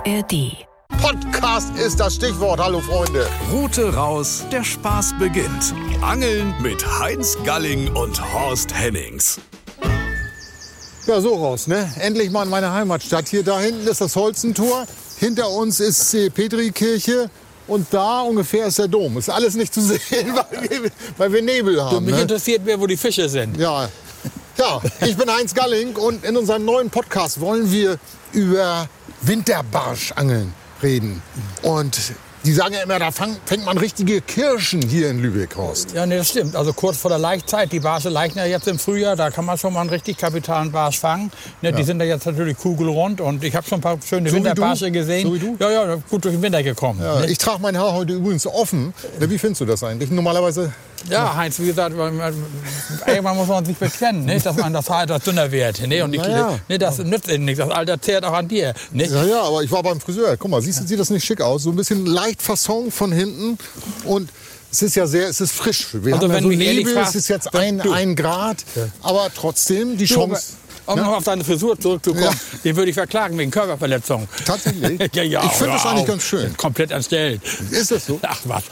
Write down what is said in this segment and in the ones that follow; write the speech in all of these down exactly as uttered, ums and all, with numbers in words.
R D. Podcast ist das Stichwort. Hallo Freunde. Route raus, der Spaß beginnt. Angeln mit Heinz Galling und Horst Hennings. Ja, so Horst, ne? Endlich mal in meiner Heimatstadt. Hier da hinten ist das Holzentor. Hinter uns ist die Petrikirche. Und da ungefähr ist der Dom. Ist alles nicht zu sehen, weil wir, weil wir Nebel haben. Du, mich ne? interessiert mehr, wo die Fische sind. Ja. Ja, ich bin Heinz Galling und in unserem neuen Podcast wollen wir über Winterbarschangeln reden. Und die sagen ja immer, da fang, fängt man richtige Kirschen hier in Lübeck, Horst. Ja, nee, das stimmt. Also kurz vor der Laichzeit, die Barsche laichen ja jetzt im Frühjahr, da kann man schon mal einen richtig kapitalen Barsch fangen. Ne, ja. Die sind da jetzt natürlich kugelrund und ich habe schon ein paar schöne so Winterbarsche gesehen. So wie du? Ja, ja, gut durch den Winter gekommen. Ja, ne? Ich trage mein Haar heute übrigens offen. Wie findest du das eigentlich? Normalerweise... Ja, Heinz, wie gesagt, irgendwann muss man sich bekennen, ne, dass man das Haar etwas dünner wird. Ne, und die, naja. ne, das nützt ihnen nichts, das Alter zehrt auch an dir. Ne? Ja, ja, aber ich war beim Friseur. Guck mal, siehst du, sieht das nicht schick aus? So ein bisschen leicht Fasson von hinten und es ist ja sehr, es ist frisch. Wir also haben wenn ja so mich Nebel, fragst, es ist jetzt ein, ein Grad, ja. Aber trotzdem die Chance... Um ne? noch auf deine Frisur zurückzukommen, ja. Den würde ich verklagen wegen Körperverletzung. Tatsächlich? ja, ja, ich finde das eigentlich auf. ganz schön. Komplett entstellt. Ist das so? Ach was.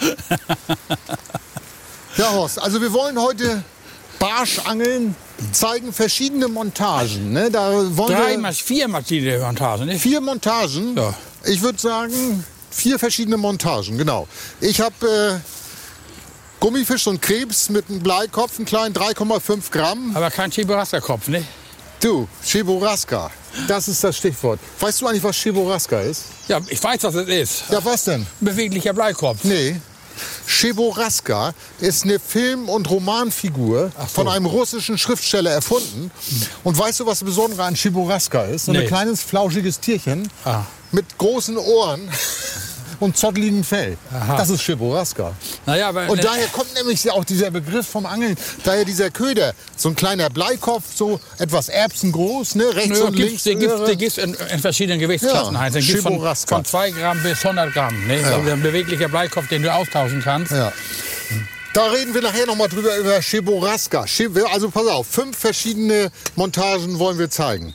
Ja, Horst, also wir wollen heute Barschangeln zeigen, verschiedene Montagen. Ne? Da wollen Drei, wir vier verschiedene Montagen. Nicht? Vier Montagen? Ja. Ich würde sagen, vier verschiedene Montagen, genau. Ich habe äh, Gummifisch und Krebs mit einem Bleikopf, einen kleinen drei Komma fünf Gramm. Aber kein Chiburaska-Kopf, ne? Du, Chiburaska, das ist das Stichwort. Weißt du eigentlich, was Chiburaska ist? Ja, ich weiß, was es ist. Ja, was denn? Beweglicher Bleikopf. Nee. Chiburaska ist eine Film- und Romanfigur so. Von einem russischen Schriftsteller erfunden. Und weißt du, was das Besondere an Chiburaska ist? So nee. Ein kleines, flauschiges Tierchen ah. mit großen Ohren und zotteligen Fell. Aha. Das ist Chiburaska. Naja, aber und ne, daher kommt nämlich auch dieser Begriff vom Angeln, daher dieser Köder, so ein kleiner Bleikopf, so etwas erbsengroß, ne, rechts nö, und links. Den gibt es in, in verschiedenen Gewichtsklassen. Ja, den gibt's von, von zwei Gramm bis hundert Gramm. Ne? Ja. Also ein beweglicher Bleikopf, den du austauschen kannst. Ja. Da reden wir nachher noch mal drüber, über Chiburaska. Also pass auf, fünf verschiedene Montagen wollen wir zeigen.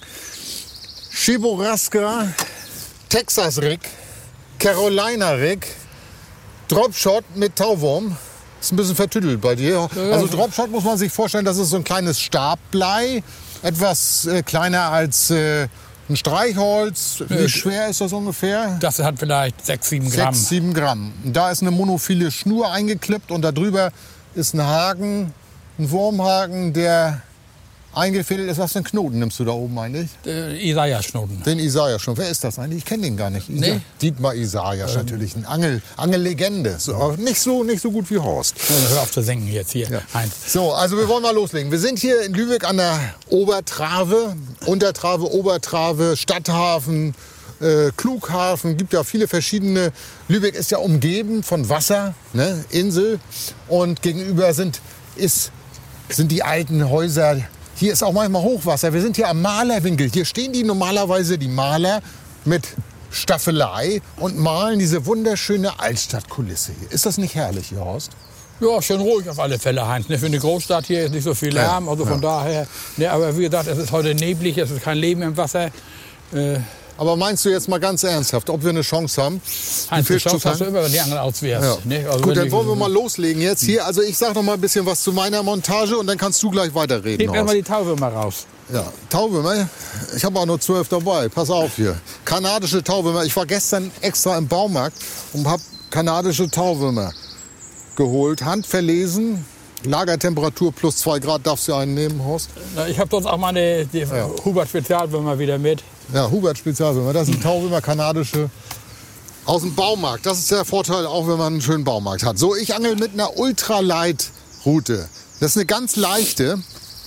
Chiburaska, Texas Rig, Carolina Rig, Dropshot mit Tauwurm. Ist ein bisschen vertüdelt bei dir. Also Dropshot muss man sich vorstellen, das ist so ein kleines Stabblei, etwas äh, kleiner als äh, ein Streichholz. Wie schwer ist das ungefähr? Das hat vielleicht sechs, sieben Gramm. sechs, sieben Gramm. Da ist eine monophile Schnur eingeklippt und darüber ist ein Haken, ein Wurmhaken, der eingefädelt ist. Was für einen Knoten nimmst du da oben eigentlich? Äh, Isaias-Knoten. Den Isaias-Knoten. Wer ist das eigentlich? Ich kenne den gar nicht. Nee. Dietmar Isaias, ähm. natürlich. Eine Angel, Angellegende. So, nicht, so, nicht so gut wie Horst. Ja, hör auf zu singen jetzt hier. Ja. So, also wir wollen mal loslegen. Wir sind hier in Lübeck an der Obertrave. Untertrave, Obertrave, Stadthafen, äh, Klughafen. Gibt ja viele verschiedene. Lübeck ist ja umgeben von Wasser, ne? Insel. Und gegenüber sind, ist, sind die alten Häuser. Hier ist auch manchmal Hochwasser. Wir sind hier am Malerwinkel. Hier stehen die normalerweise, die Maler, mit Staffelei und malen diese wunderschöne Altstadtkulisse hier. Ist das nicht herrlich hier, Horst? Ja, schön ruhig auf alle Fälle, Heinz. Für eine Großstadt hier ist nicht so viel Lärm. Also von ja. daher. Ne, aber wie gesagt, es ist heute neblig, es ist kein Leben im Wasser. Äh, Aber meinst du jetzt mal ganz ernsthaft, ob wir eine Chance haben? Heinz, die Chance hast du immer, wenn die Angel auswärts. Ja. Ne? Also Gut, dann wollen wir mal loslegen jetzt hier. Also ich sag noch mal ein bisschen was zu meiner Montage und dann kannst du gleich weiterreden. Nehmen wir mal die Tauwürmer raus. Ja, Tauwürmer. Ich habe auch nur zwölf dabei. Pass auf hier. Kanadische Tauwürmer. Ich war gestern extra im Baumarkt und habe kanadische Tauwürmer geholt. Handverlesen. Lagertemperatur plus zwei Grad. Darfst du einen nehmen, Horst? Ich habe sonst auch meine die ja. Hubert Spezialwürmer wieder mit. Ja, Hubert Spezialwürmer. Das sind Tauwürmer, kanadische aus dem Baumarkt. Das ist der Vorteil, auch wenn man einen schönen Baumarkt hat. So, ich angel mit einer Ultralight-Route. Das ist eine ganz leichte,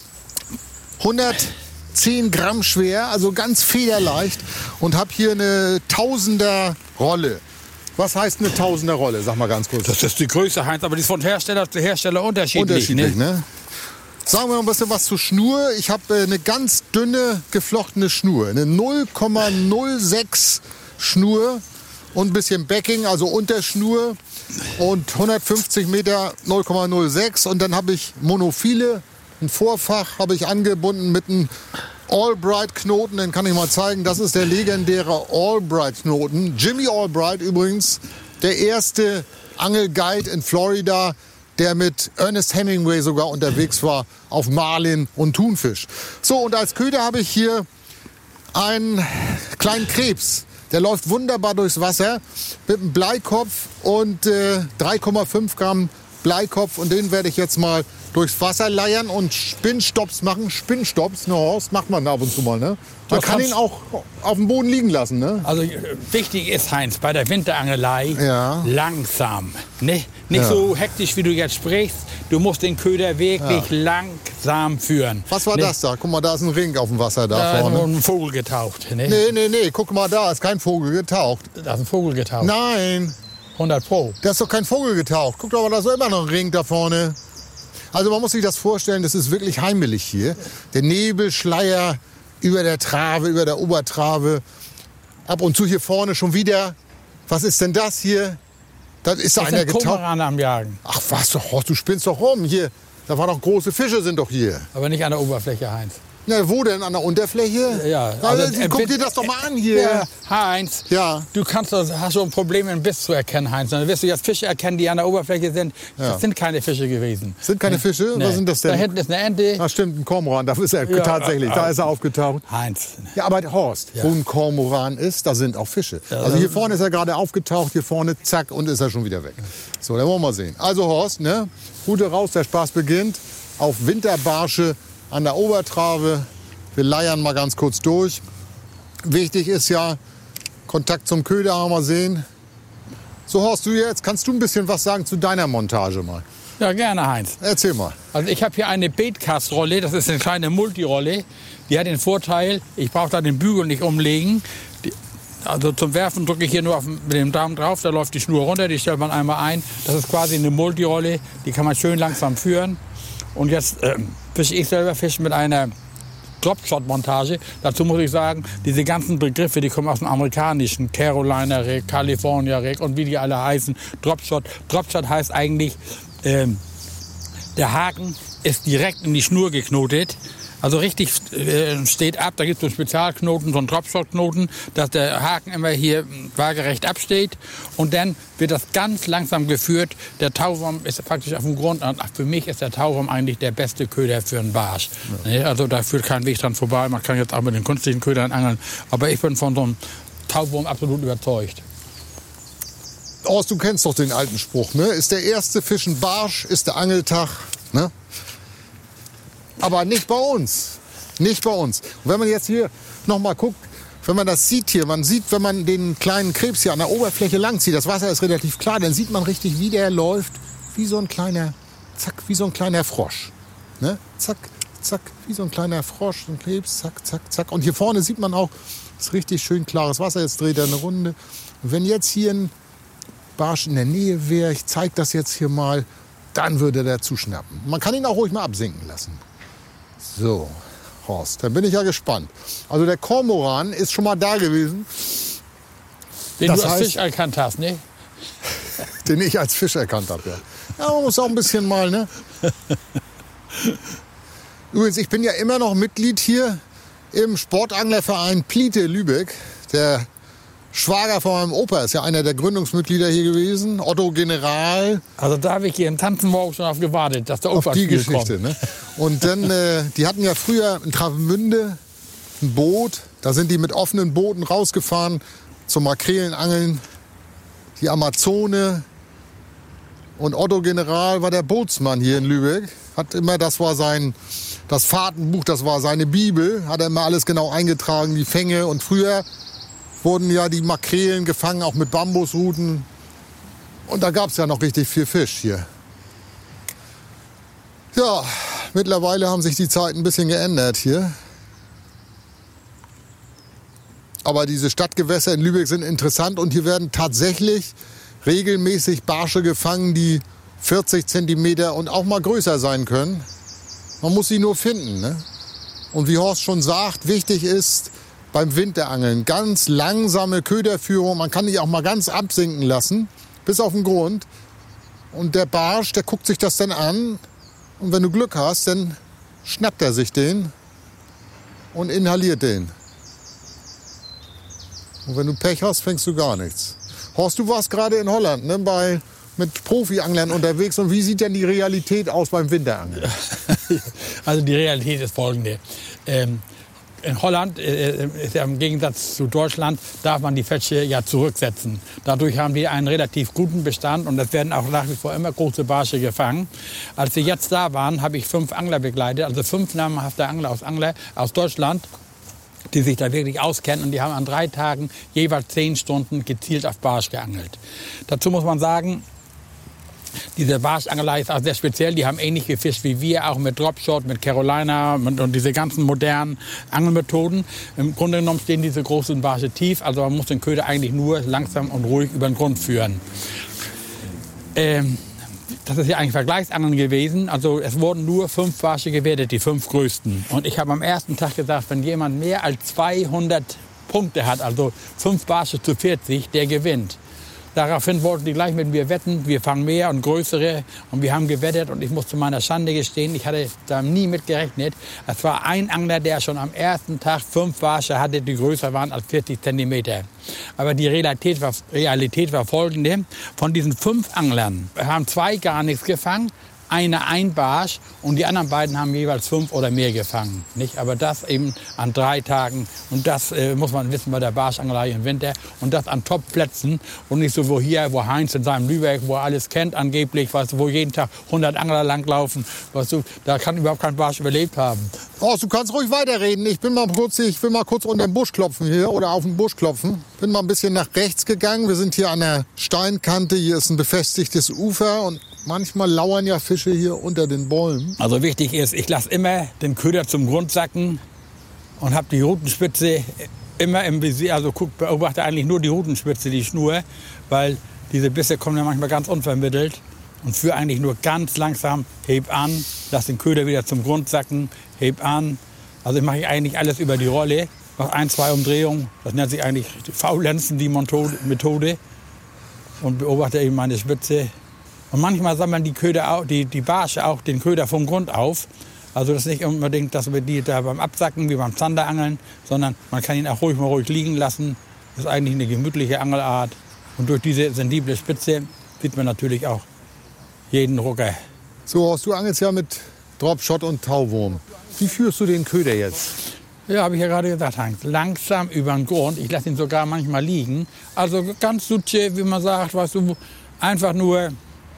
hundertzehn Gramm schwer, also ganz federleicht und habe hier eine Tausender Rolle. Was heißt eine Tausender Rolle? Sag mal ganz kurz. Das ist die Größe, Heinz, aber die ist von Hersteller zu Hersteller unterschiedlich. Unterschiedlich, ne? ne? Sagen wir mal ein bisschen was zur Schnur. Ich habe äh, eine ganz dünne geflochtene Schnur. Eine null Komma null sechs Schnur und ein bisschen Backing, also Unterschnur. Und hundertfünfzig Meter null Komma null sechs. Und dann habe ich Monophile, ein Vorfach habe ich angebunden mit einem Albright-Knoten, den kann ich mal zeigen. Das ist der legendäre Albright-Knoten. Jimmy Albright übrigens, der erste Angelguide in Florida, der mit Ernest Hemingway sogar unterwegs war auf Marlin und Thunfisch. So, und als Köder habe ich hier einen kleinen Krebs. Der läuft wunderbar durchs Wasser mit einem Bleikopf und äh, drei Komma fünf Gramm Bleikopf. Und den werde ich jetzt mal durchs Wasser leiern und Spinnstops machen. Spinnstops, ne Horst, macht man ab und zu mal, ne? Man kann ihn auch auf dem Boden liegen lassen, ne? Also wichtig ist, Heinz, bei der Winterangelei Ja. langsam. Ne? Nicht Ja. so hektisch, wie du jetzt sprichst. Du musst den Köder wirklich Ja. langsam führen. Was war ne? das da? Guck mal, da ist ein Ring auf dem Wasser da Da ist vorne. nur ein Vogel getaucht. Ne? Nee, nee, nee, guck mal, da ist kein Vogel getaucht. Da ist ein Vogel getaucht. Nein, hundert Pro. da ist doch kein Vogel getaucht. Guck doch mal, da ist doch immer noch ein Ring da vorne. Also man muss sich das vorstellen, das ist wirklich heimelig hier. Der Nebelschleier über der Trave, über der Obertrave. Ab und zu hier vorne schon wieder. Was ist denn das hier? Das ist da Das einer sind getaucht. Kormoran am Jagen. Ach was, doch, Horst, du spinnst doch rum. Hier, da waren doch große Fische, sind doch hier. Aber nicht an der Oberfläche, Heinz. Na, wo denn? An der Unterfläche? Ja, Also, also, äh, guck bitte- dir das doch mal an hier. Ja, Heinz, Ja. du kannst, doch- hast so ein Problem, einen Biss zu erkennen, Heinz. Dann wirst du jetzt Fische erkennen, die an der Oberfläche sind. Ja. Das sind keine Fische gewesen. Sind keine Fische? Nee. Was sind das Da denn? hinten ist eine Ente. Ach stimmt, ein Kormoran, da ist er Ja, tatsächlich, äh, da ist er aufgetaucht. Heinz. Ja, aber Horst, Ja. wo ein Kormoran ist, da sind auch Fische. Also hier vorne ist er gerade aufgetaucht, hier vorne, zack, und ist er schon wieder weg. So, dann wollen wir mal sehen. Also Horst, ne, Rute raus, der Spaß beginnt. Auf Winterbarsche an der Obertrave. Wir leiern mal ganz kurz durch. Wichtig ist ja, Kontakt zum Köder haben wir sehen. So Horst, du jetzt, kannst du ein bisschen was sagen zu deiner Montage mal? Ja, gerne, Heinz. Erzähl mal. Also ich habe hier eine Baitcast-Rolle, das ist eine kleine Multirolle. Die hat den Vorteil, ich brauche da den Bügel nicht umlegen. Die, also zum Werfen drücke ich hier nur auf, mit dem Daumen drauf, da läuft die Schnur runter, die stellt man einmal ein. Das ist quasi eine Multirolle, die kann man schön langsam führen. Und jetzt ähm, fische ich selber Fisch mit einer Dropshot-Montage. Dazu muss ich sagen, diese ganzen Begriffe, die kommen aus dem amerikanischen. Carolina Rig, California Rig und wie die alle heißen. Dropshot. Dropshot heißt eigentlich, ähm, der Haken ist direkt in die Schnur geknotet. Also richtig äh, steht ab, da gibt es so einen Spezialknoten, so einen Dropshot-Knoten, dass der Haken immer hier waagerecht absteht. Und dann wird das ganz langsam geführt. Der Tauwurm ist praktisch auf dem Grund. Und für mich ist der Tauwurm eigentlich der beste Köder für einen Barsch. Ja. Also da führt kein Weg dran vorbei. Man kann jetzt auch mit den künstlichen Ködern angeln. Aber ich bin von so einem Tauwurm absolut überzeugt. Horst, du kennst doch den alten Spruch, ne? Ist der erste Fisch ein Barsch, ist der Angeltag, ne? Aber nicht bei uns. Nicht bei uns. Und wenn man jetzt hier noch mal guckt, wenn man das sieht hier, man sieht, wenn man den kleinen Krebs hier an der Oberfläche langzieht, das Wasser ist relativ klar, dann sieht man richtig, wie der läuft, wie so ein kleiner, zack, wie so ein kleiner Frosch. Ne? Zack, zack, wie so ein kleiner Frosch, ein Krebs, zack, zack, zack. Und hier vorne sieht man auch, das ist richtig schön klares Wasser, jetzt dreht er eine Runde. Und wenn jetzt hier ein Barsch in der Nähe wäre, ich zeige das jetzt hier mal, dann würde der zuschnappen. Man kann ihn auch ruhig mal absinken lassen. So, Horst, dann bin ich ja gespannt. Also der Kormoran ist schon mal da gewesen, Den Das du als heißt- Fisch erkannt hast, ne? den ich als Fisch erkannt habe. Ja. Ja, man muss auch ein bisschen mal, ne? Übrigens, ich bin ja immer noch Mitglied hier im Sportanglerverein Pliete Lübeck. Der Schwager von meinem Opa ist ja einer der Gründungsmitglieder hier gewesen, Otto General. Also da habe ich hier in Tanzenmorgen schon auf gewartet, dass der Auf die Opa-Spiel Geschichte. kommt. Ne? Und dann, äh, die hatten ja früher in Travemünde ein Boot. Da sind die mit offenen Booten rausgefahren zum Makrelenangeln. Die Amazone. Und Otto General war der Bootsmann hier in Lübeck. Hat immer, das war sein, das Fahrtenbuch, das war seine Bibel. Hat er immer alles genau eingetragen, die Fänge. Und früher wurden ja die Makrelen gefangen, auch mit Bambusruten. Und da gab es ja noch richtig viel Fisch hier. Ja, mittlerweile haben sich die Zeiten ein bisschen geändert hier. Aber diese Stadtgewässer in Lübeck sind interessant und hier werden tatsächlich regelmäßig Barsche gefangen, die vierzig Zentimeter und auch mal größer sein können. Man muss sie nur finden. Ne? Und wie Horst schon sagt, wichtig ist beim Winterangeln ganz langsame Köderführung. Man kann die auch mal ganz absinken lassen, bis auf den Grund. Und der Barsch, der guckt sich das dann an. Und wenn du Glück hast, dann schnappt er sich den. und inhaliert den. Und wenn du Pech hast, fängst du gar nichts. Horst, du warst gerade in Holland, ne, bei, mit Profi-Anglern unterwegs. Und wie sieht denn die Realität aus beim Winterangeln? Also die Realität ist folgende. Ähm, in Holland, äh, ist ja im Gegensatz zu Deutschland, darf man die Fische ja zurücksetzen. Dadurch haben die einen relativ guten Bestand und es werden auch nach wie vor immer große Barsche gefangen. Als wir jetzt da waren, habe ich fünf Angler begleitet, also fünf namhafte Angler aus, Angler aus Deutschland, die sich da wirklich auskennen, und die haben an drei Tagen jeweils zehn Stunden gezielt auf Barsch geangelt. Dazu muss man sagen, diese Barschangelei ist auch sehr speziell. Die haben ähnlich gefischt wie wir, auch mit Dropshot, mit Carolina und, und diese ganzen modernen Angelmethoden. Im Grunde genommen stehen diese großen Barsche tief, also man muss den Köder eigentlich nur langsam und ruhig über den Grund führen. Ähm, Das ist ja eigentlich Vergleichsangeln gewesen. Also es wurden nur fünf Barsche gewertet, die fünf größten. Und ich habe am ersten Tag gesagt, wenn jemand mehr als zweihundert Punkte hat, also fünf Barsche zu vierzig, der gewinnt. Daraufhin wollten die gleich mit mir wetten, wir fangen mehr und größere. Und wir haben gewettet und ich muss zu meiner Schande gestehen, ich hatte da nie mit gerechnet. Es war ein Angler, der schon am ersten Tag fünf Barsche hatte, die größer waren als vierzig Zentimeter. Aber die Realität war, Realität war folgende. Von diesen fünf Anglern haben zwei gar nichts gefangen, einer ein Barsch und die anderen beiden haben jeweils fünf oder mehr gefangen. Nicht? Aber das eben an drei Tagen. Und das äh, muss man wissen bei der Barschangelei im Winter. Und das an Top-Plätzen und nicht so wo hier, wo Heinz in seinem Lübeck, wo er alles kennt angeblich, weißt du, wo jeden Tag hundert Angler langlaufen. Weißt du, da kann überhaupt kein Barsch überlebt haben. Oh, du kannst ruhig weiterreden. Ich bin mal kurz, ich will mal kurz unter den Busch klopfen hier oder auf den Busch klopfen. Bin mal ein bisschen nach rechts gegangen. Wir sind hier an der Steinkante. Hier ist ein befestigtes Ufer und manchmal lauern ja Fische hier unter den Bäumen. Also wichtig ist, ich lasse immer den Köder zum Grund sacken und habe die Rutenspitze immer im Visier. Also guck, beobachte eigentlich nur die Rutenspitze, die Schnur, weil diese Bisse kommen ja manchmal ganz unvermittelt. Und führe eigentlich nur ganz langsam, heb an, lass den Köder wieder zum Grund sacken, heb an. Also mache ich eigentlich alles über die Rolle, mache ein, zwei Umdrehungen. Das nennt sich eigentlich Faulenzen, die Methode. Und beobachte eben meine Spitze. Und manchmal sammeln die Köder auch, die, die Barsche auch den Köder vom Grund auf. Also das ist nicht unbedingt, dass wir die da beim Absacken wie beim Zanderangeln, sondern man kann ihn auch ruhig mal ruhig liegen lassen. Das ist eigentlich eine gemütliche Angelart. Und durch diese sensible Spitze sieht man natürlich auch jeden Rucker. So, du angelst ja mit Dropshot und Tauwurm. Wie führst du den Köder jetzt? Ja, habe ich ja gerade gesagt, Heinz. Langsam über den Grund. Ich lasse ihn sogar manchmal liegen. Also ganz suche, wie man sagt, weißt du, einfach nur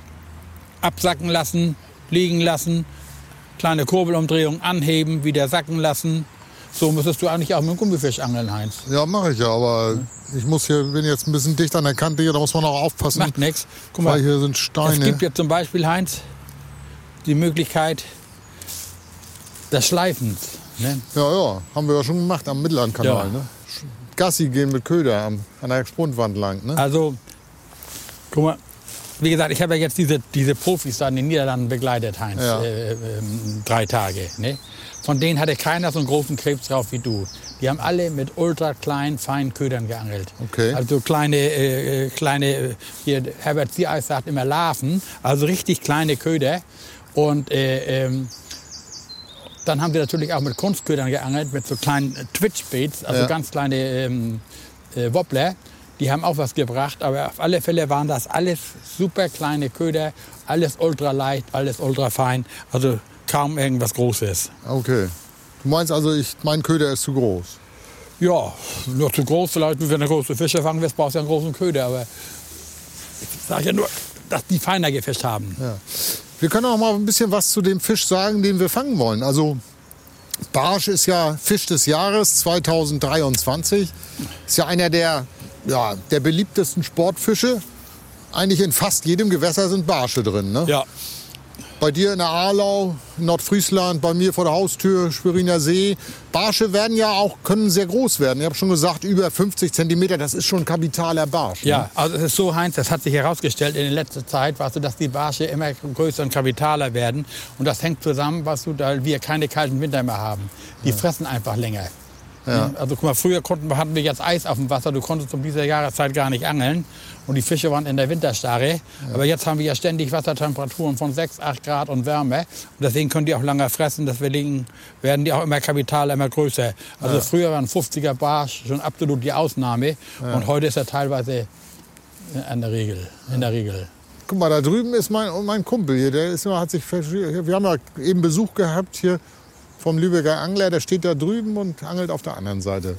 absacken lassen, liegen lassen, kleine Kurbelumdrehung anheben, wieder sacken lassen. So müsstest du eigentlich auch mit dem Gummifisch angeln, Heinz. Ja, mache ich ja, aber ich muss hier, bin jetzt ein bisschen dicht an der Kante hier, da muss man auch aufpassen. Macht nichts. Guck mal, weil hier sind Steine. Es gibt jetzt zum Beispiel, Heinz, die Möglichkeit des Schleifens. Ne? Ja, ja, haben wir ja schon gemacht am Mittellandkanal. Ja. Ne? Gassi gehen mit Köder am, an der Sprungwand lang. Ne? Also, guck mal, wie gesagt, ich habe ja jetzt diese, diese Profis da in den Niederlanden begleitet, Heinz, Ja. äh, äh, drei Tage. Ne? Von denen hatte keiner so einen großen Krebs drauf wie du. Die haben alle mit ultra kleinen, feinen Ködern geangelt. Okay. Also kleine, äh, kleine, äh, hier Herbert Ziereis sagt immer Larven, also richtig kleine Köder. Und äh, ähm, dann haben sie natürlich auch mit Kunstködern geangelt, mit so kleinen Twitch-Baits, also Ja. ganz kleine ähm, äh, Wobbler. Die haben auch was gebracht, aber auf alle Fälle waren das alles super kleine Köder, alles ultra leicht, alles ultra fein, also kaum irgendwas Großes. Okay. Du meinst also, ich, mein Köder ist zu groß? Ja, nur zu groß vielleicht, wenn du große Fische fangen willst, brauchst du ja einen großen Köder, aber ich sage ja nur, dass die feiner gefischt haben. Ja. Wir können auch mal ein bisschen was zu dem Fisch sagen, den wir fangen wollen. Also Barsch ist ja Fisch des Jahres zweitausenddreiundzwanzig. Ist ja einer der, ja, der beliebtesten Sportfische. Eigentlich in fast jedem Gewässer sind Barsche drin. Ne? Ja. Bei dir in der Aarlau, in Nordfriesland, bei mir vor der Haustür, Schweriner See. Barsche werden ja auch, können sehr groß werden. Ich habe schon gesagt, über fünfzig Zentimeter, das ist schon ein kapitaler Barsch. Ne? Ja, also es ist so, Heinz, das hat sich herausgestellt in letzter Zeit, weißt du, dass die Barsche immer größer und kapitaler werden. Und das hängt zusammen, weißt du, da wir keine kalten Winter mehr haben. Die ja. fressen einfach länger. Ja. Also guck mal, früher konnten, wir- hatten wir jetzt Eis auf dem Wasser, du konntest um diese Jahreszeit gar nicht angeln und die Fische waren in der Winterstarre. Ja. Aber jetzt haben wir ja ständig Wassertemperaturen von sechs, acht Grad und Wärme und deswegen können die auch länger fressen, deswegen werden die auch immer Kapital immer größer. Also ja. früher waren fünfziger Barsch schon absolut die Ausnahme ja. und heute ist er teilweise in der Regel. In der Regel. Guck mal, da drüben ist mein, mein Kumpel hier, der ist, hat sich, wir haben ja eben Besuch gehabt hier vom Lübecker Angler, der steht da drüben und angelt auf der anderen Seite.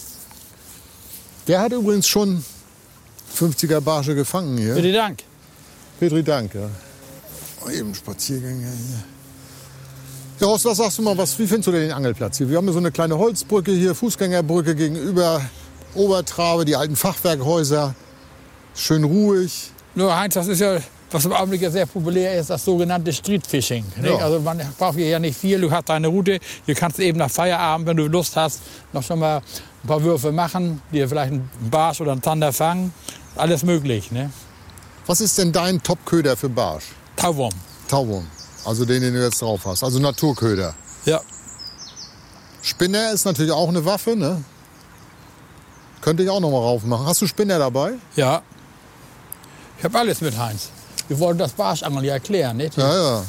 Der hat übrigens schon fünfziger Barsche gefangen hier. Bitte Dank. Petri Dank, ja. Oh, eben Spaziergänger hier. Ja, Horst, was sagst du mal, was, wie findest du denn den Angelplatz hier? Wir haben hier so eine kleine Holzbrücke hier, Fußgängerbrücke gegenüber Obertrave, die alten Fachwerkhäuser. Schön ruhig. Nur Heinz, das ist ja, was im Augenblick ja sehr populär ist, das sogenannte Streetfishing. Ja. Also man braucht hier ja nicht viel, du hast deine Route, hier kannst du eben nach Feierabend, wenn du Lust hast, noch schon mal ein paar Würfe machen, dir vielleicht einen Barsch oder einen Zander fangen, alles möglich. Ne? Was ist denn dein Top-Köder für Barsch? Tauwurm. Tauwurm, also den, den du jetzt drauf hast, also Naturköder. Ja. Spinner ist natürlich auch eine Waffe, ne? Könnte ich auch noch mal rauf machen. Hast du Spinner dabei? Ja. Ich habe alles mit, Heinz. Wir wollten das Barschangeln ja erklären, nicht? Ja, ja.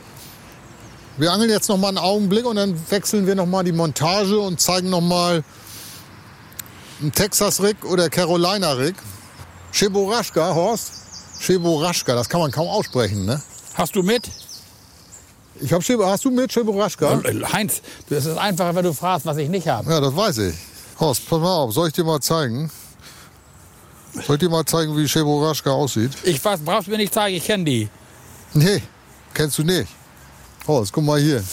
Wir angeln jetzt noch mal einen Augenblick und dann wechseln wir noch mal die Montage und zeigen noch mal einen Texas-Rig oder Carolina-Rig. Cheboraschka, Horst. Cheboraschka, das kann man kaum aussprechen, ne? Hast du mit? Ich hab Chebo, hast du mit Cheboraschka? Heinz, es ist einfacher, wenn du fragst, was ich nicht habe. Ja, das weiß ich. Horst, pass mal auf, soll ich dir mal zeigen? Soll ich dir mal zeigen, wie Cheboraschka aussieht? Ich weiß, brauchst du mir nicht zeigen, ich kenne die. Nee, kennst du nicht. Horst, guck mal hier.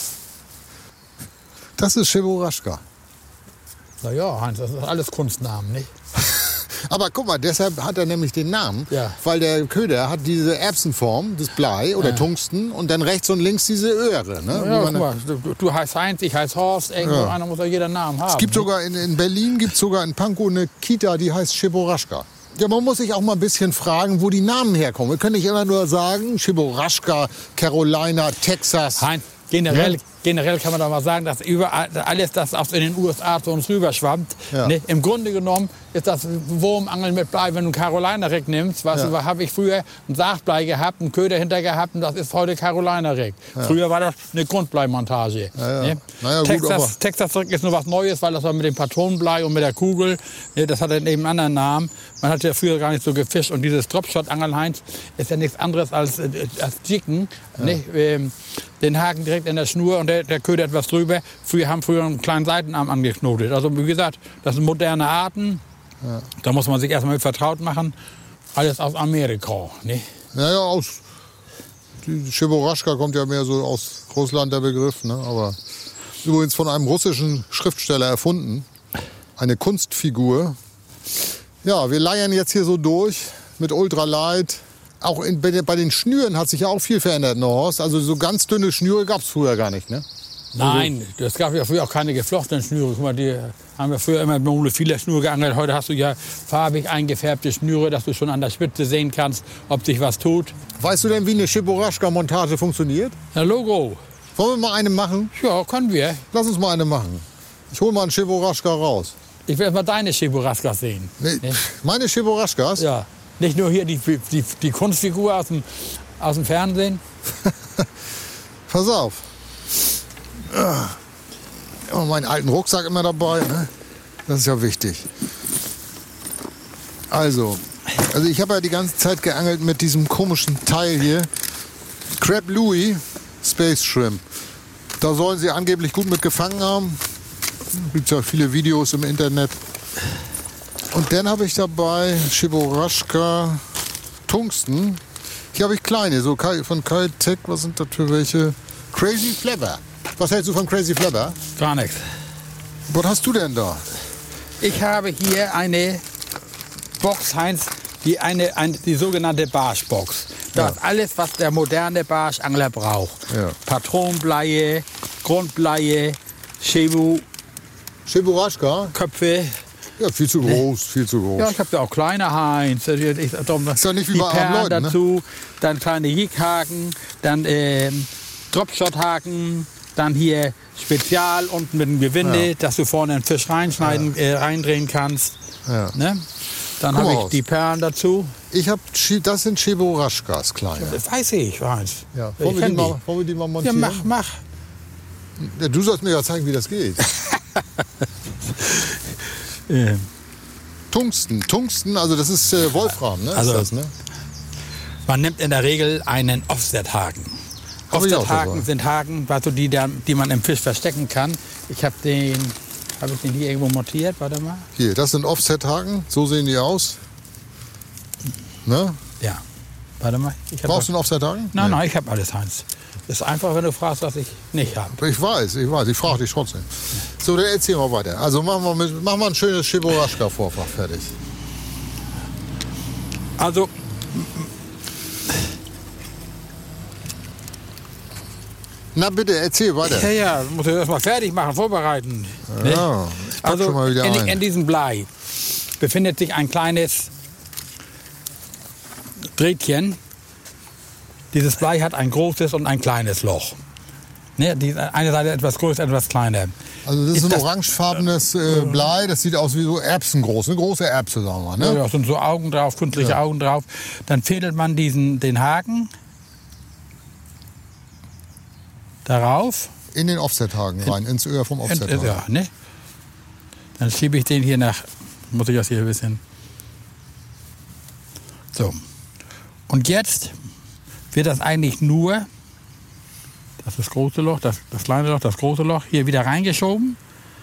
Das ist Cheboraschka. Na ja, Heinz, das ist alles Kunstnamen, nicht? Aber guck mal, deshalb hat er nämlich den Namen, ja. weil der Köder hat diese Erbsenform, das Blei oder ja. Tungsten und dann rechts und links diese Öhre. Ne? Ja, guck mal, du, du heißt Heinz, ich heiße Horst, irgendwo ja. einer muss ja jeder Namen haben. Es gibt ne? sogar in, in Berlin gibt sogar in Pankow eine Kita, die heißt Cheboraschka. Ja, man muss sich auch mal ein bisschen fragen, wo die Namen herkommen. Wir können nicht immer nur sagen, Cheboraschka, Carolina, Texas. Heinz, generell, ja? generell kann man doch mal sagen, dass überall alles, das aus in den U S A zu uns rüberschwammt, ja. ne? Im Grunde genommen ist das Wurmangeln mit Blei. Wenn du einen Carolina-Rig nimmst, weißt ja. du, habe ich früher ein Saatblei gehabt, einen Köder hinter gehabt und das ist heute Carolina-Rig. Ja. Früher war das eine Grundbleimontage. Ja, ja. Ne? Naja, gut, Texas, Texas-Rig ist nur was Neues, weil das war mit dem Patronenblei und mit der Kugel. Ne? Das hat dann eben einen anderen Namen. Man hat ja früher gar nicht so gefischt und dieses Dropshot-Angeln, Heinz, ist ja nichts anderes als, äh, als Jicken. Ja. Ne? Ähm, den Haken direkt in der Schnur und der, der Köder etwas drüber. Früher haben früher einen kleinen Seitenarm angeknotet. Also wie gesagt, das sind moderne Arten. Ja. Da muss man sich erstmal mit vertraut machen. Alles aus Amerika. Ne? Naja, aus. Die Cheboraschka kommt ja mehr so aus Russland, der Begriff. Ne? Aber übrigens von einem russischen Schriftsteller erfunden. Eine Kunstfigur. Ja, wir leiern jetzt hier so durch mit Ultralight. Auch in, bei den Schnüren hat sich ja auch viel verändert, ne, Horst? Also so ganz dünne Schnüre gab es früher gar nicht, ne? Nein, es gab ja früher auch keine geflochtenen Schnüre. Guck mal, die haben wir früher immer mit viele Schnur geangelt. Heute hast du ja farbig eingefärbte Schnüre, dass du schon an der Spitze sehen kannst, ob sich was tut. Weißt du denn, wie eine Cheboraschka-Montage funktioniert? Na, Logo. Wollen wir mal eine machen? Ja, können wir. Lass uns mal eine machen. Ich hol mal einen Cheboraschka raus. Ich will mal deine Cheboraschkas sehen. Nee, nee. Meine Cheboraschkas? Ja. Nicht nur hier die, die, die Kunstfigur aus dem, aus dem Fernsehen. Pass auf. Immer meinen alten Rucksack immer dabei. Ne? Das ist ja wichtig. Also, also ich habe ja die ganze Zeit geangelt mit diesem komischen Teil hier. Crab Louis Space Shrimp. Da sollen sie angeblich gut mit gefangen haben. Gibt ja viele Videos im Internet. Und dann habe ich dabei Cheboraschka Tungsten. Hier habe ich kleine, so von Kai-Tech. Was sind das für welche? Crazy Flabber. Was hältst du von Crazy Flabber? Gar nichts. Was hast du denn da? Ich habe hier eine Box, Heinz, die, eine, eine, die sogenannte Barschbox. Das ist ja. alles, was der moderne Barschangler braucht. Ja. Patronenbleie, Grundbleie, Chebo, Cheboraschka? Köpfe. Ja, viel zu groß, viel zu groß. Ja, ich habe ja auch kleine Heinz. Ich, ich, ist ja nicht wie die bei Perlen anderen Leuten, dazu, ne? dann kleine Jighaken, dann ähm, Dropshot-Haken, Dann hier Spezial unten mit dem Gewinde, Ja. dass du vorne einen Fisch reinschneiden, äh, reindrehen kannst. Ja. Ne? Dann Guck habe mal ich aus. die Perlen dazu. Ich hab, Chi- das sind Cheboraschkas, kleine. Das weiß ich, weiß. Ja. Ich Wollen, wir die kenn mal, wollen wir die mal Ja, montieren? mach, mach. Ja, du sollst mir ja zeigen, wie das geht. Ähm, Tungsten, Tungsten, also das ist äh, Wolfram, ne? Also- ist das, ne? Man nimmt in der Regel einen Offset-Haken. Hab ich auch Offset-Haken dabei. sind Haken, weißt du, die, der, die man im Fisch verstecken kann. Ich habe den, habe ich den hier irgendwo montiert? Warte mal. Hier, das sind Offset-Haken, so sehen die aus. Ne? Ja, warte mal. Ich hab Brauchst du doch- einen Offset-Haken? Nein, Nee. nein, ich habe alles, Heinz. Ist einfach, wenn du fragst, was ich nicht habe. Ich weiß, ich weiß, ich frage dich trotzdem. So, dann erzähl mal weiter. Also machen wir, mit, machen wir ein schönes Cheboraschka-Vorfach fertig. Also, Na bitte, erzähl weiter. ja, ja, muss ich erstmal fertig machen, vorbereiten. Ne? Ja, ich pack Also, schon mal wieder in, ein. in diesem Blei befindet sich ein kleines Drähtchen. Dieses Blei hat ein großes und ein kleines Loch. Ne, die eine Seite etwas größer, etwas kleiner. Also das ist, Ist ein das- orangefarbenes äh, Blei, das sieht aus wie so Erbsen groß, eine große Erbse, sagen wir. Ja, Ne? ja, sind so Augen drauf, künstliche Ja. Augen drauf. Dann fädelt man diesen, den Haken darauf. In den Offset-Haken rein, ins Öhr vom Und, Offset-Haken. ja, ne? Dann schiebe ich den hier nach. Muss ich das hier ein bisschen. So. Und jetzt wird das eigentlich nur. Das ist das große Loch, das, das kleine Loch, das große Loch hier wieder reingeschoben.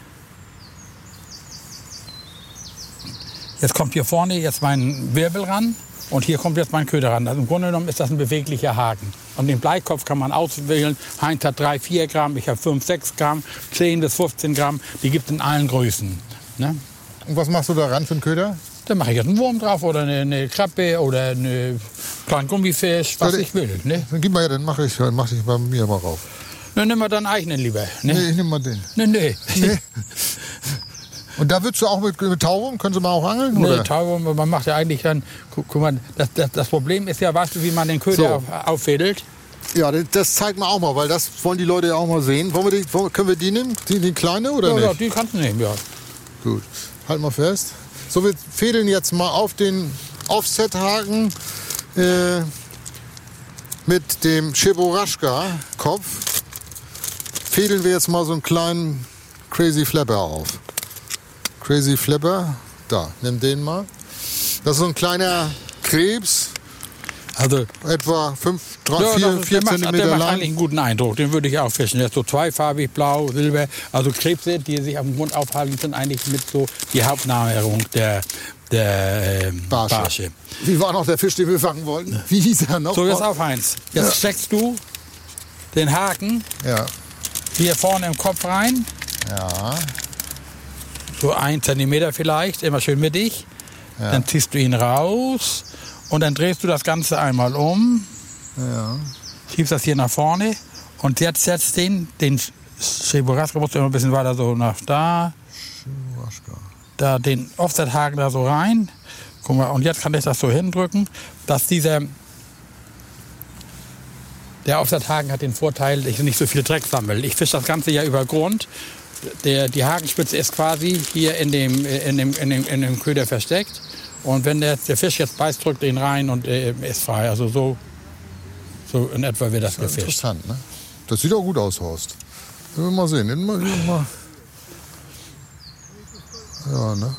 Jetzt kommt hier vorne jetzt mein Wirbel ran und hier kommt jetzt mein Köder ran. Also im Grunde genommen ist das ein beweglicher Haken. Und den Bleikopf kann man auswählen. Heinz hat drei, vier Gramm, ich habe fünf, sechs Gramm, zehn bis fünfzehn Gramm. Die gibt es in allen Größen. Ne? Und was machst du da ran für einen Köder? Da mache ich jetzt einen Wurm drauf oder eine, eine Krabbe oder einen kleinen Gummifisch, was Ja, ich will. Ne? Dann gib mal her, dann mache ich, dann mach ich bei mir mal rauf. Dann nimm mal deinen eigenen lieber. Nee, Ne? ich nehme mal den. Nee, nee. Nee. Und da würdest du auch mit, mit Tauwurm, können Sie mal auch angeln? Nee, Oder? Tauwurm, man macht ja eigentlich dann, guck, guck mal, das, das, das Problem ist ja, weißt du, wie man den Köder So. auf, auffädelt? Ja, das- das zeigt man auch mal, weil das wollen die Leute ja auch mal sehen. Wollen wir die, wollen, können wir die nehmen? Die, die kleine oder Ja, nicht? ja, die kannst du nehmen, ja. Gut, halt mal fest. So, wir fädeln jetzt mal auf den Offset-Haken äh, mit dem Cheboraschka-Kopf. Fädeln wir jetzt mal so einen kleinen Crazy Flapper auf. Crazy Flapper, da, nimm den mal. Das ist so ein kleiner Krebs, Also, etwa fünf, drei, ja, vier, das ist, vier der, macht, der Zentimeter macht eigentlich lang. einen guten Eindruck, den würde ich auch fischen. Der ist so zweifarbig, blau, silber. Also Krebse, die sich am Grund aufhalten, sind eigentlich mit so die Hauptnahrung der, der ähm, Barsche. Barsche. Wie war noch der Fisch, den wir fangen wollten? Wie hieß er noch? So, jetzt auf Heinz. Jetzt steckst du den Haken Ja, hier vorne im Kopf rein. ja, So ein Zentimeter vielleicht, immer schön mittig. Ja. Dann ziehst du ihn raus und dann drehst du das Ganze einmal um, ja. schiebst das hier nach vorne und jetzt setzt den, den Cheboraschka musst du immer ein bisschen weiter so nach da, Cheboraschka. da den Offset-Haken da so rein. Guck mal, und jetzt kann ich das so hindrücken, dass dieser, der Offset-Haken hat den Vorteil, dass ich nicht so viel Dreck sammle. Ich fische das Ganze ja über Grund. Der, die Hakenspitze ist quasi hier in dem, in dem, in dem, in dem Köder versteckt. Und wenn der, der Fisch jetzt beißt, drückt ihn rein und äh, ist frei. Also so, so in etwa wird das gefischt. Interessant, ne? Das sieht auch gut aus, Horst. Wenn wir mal sehen. Immer, immer. Ja, ne?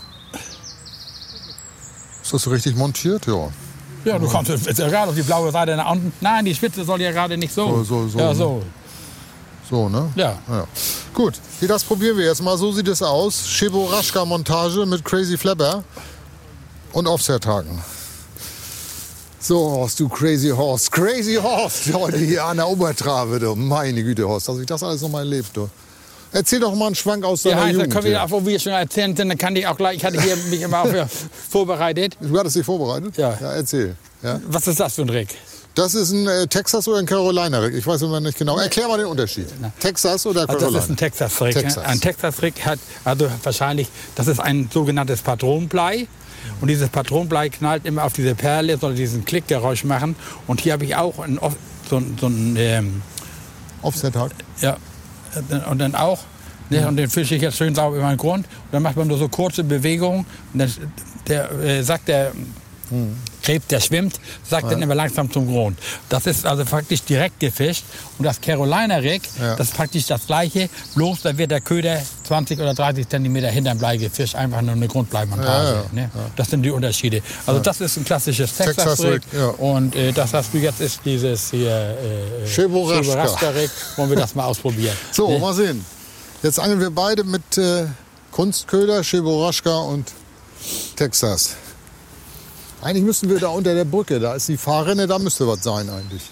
Ist das so richtig montiert? Ja. Ja, du kommst jetzt gerade auf die blaue Seite nach unten. Nein, die Spitze soll ja gerade nicht so. So, so, so, Ja, ne? so. So, ne? Ja. Ja. Gut, hier, das probieren wir jetzt mal. So sieht es aus. Cheboraschka-Montage mit Crazy Flapper und Offset-Haken. So, Horst, du Crazy Horst. Crazy Horst heute hier an der Obertrave. Du. Meine Güte, Horst, dass ich das alles noch mal erlebt. Du. Erzähl doch mal einen Schwank aus Ja, deiner Heinz, dann Jugend. können wir, hier. auch, wo wir schon erzählen sind, dann kann ich auch gleich, ich hatte hier mich immer auf vorbereitet. Du hattest dich vorbereitet? Ja. Ja, erzähl. Ja. Was ist das für ein Rick? Das ist ein äh, Texas oder ein Carolina Rick. Ich weiß immer nicht genau. Erklär mal den Unterschied. Texas oder Also Carolina? das ist ein Texas-Rick. Texas. Ein Texas-Rick hat also wahrscheinlich, das ist ein sogenanntes Patronenblei. Und dieses Patronenblei knallt immer auf diese Perle, soll diesen Klickgeräusch machen. Und hier habe ich auch ein, Off- so, ein- so ein, ähm, Offset-Haken. ja, und dann auch. Ne, und den fische ich jetzt schön sauber über den Grund. Und dann macht man nur so kurze Bewegungen. Und dann der, äh, sagt der hm. Krebs, der schwimmt, sagt ja. dann immer langsam zum Grund. Das ist also praktisch direkt gefischt. Und das Carolina Rig, ja. das ist praktisch das Gleiche. Bloß da wird der Köder zwanzig oder dreißig Zentimeter hinterm Blei gefischt. Einfach nur eine Grundbleimontage. Ja, ja. Ne? Ja. Das sind die Unterschiede. Also ja. das ist ein klassisches Texas, Texas Rig. Ja. Und äh, das hast du jetzt ist dieses hier äh, Cheboraska Rig. Wollen wir das mal ausprobieren. So, ne? mal sehen. Jetzt angeln wir beide mit äh, Kunstköder, Cheboraska und Texas. Eigentlich müssten wir da unter der Brücke, da ist die Fahrrinne, da müsste was sein eigentlich.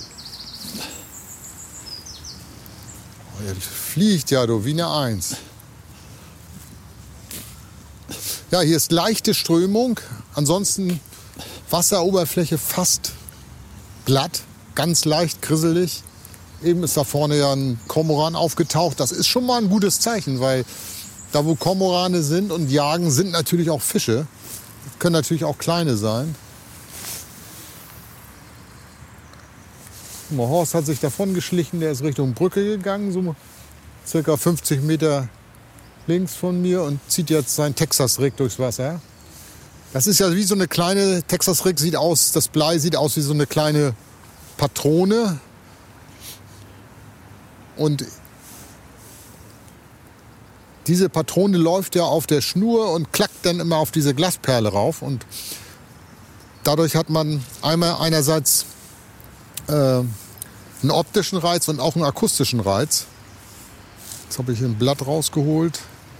Oh, jetzt fliegt ja du, wie eine Eins. Ja, hier ist leichte Strömung, ansonsten Wasseroberfläche fast glatt, ganz leicht grisselig. Eben ist da vorne ja ein Kormoran aufgetaucht. Das ist schon mal ein gutes Zeichen, weil da, wo Kormorane sind und jagen, sind natürlich auch Fische. Das können natürlich auch kleine sein. Horst hat sich davon geschlichen, der ist Richtung Brücke gegangen, so circa fünfzig Meter links von mir und zieht jetzt sein Texas Rig durchs Wasser. Das ist ja wie so eine kleine, Texas Rig sieht aus, das Blei sieht aus wie so eine kleine Patrone. Und diese Patrone läuft ja auf der Schnur und klackt dann immer auf diese Glasperle rauf. Und dadurch hat man einmal einerseits äh, einen optischen Reiz und auch einen akustischen Reiz. Jetzt habe ich ein Blatt rausgeholt.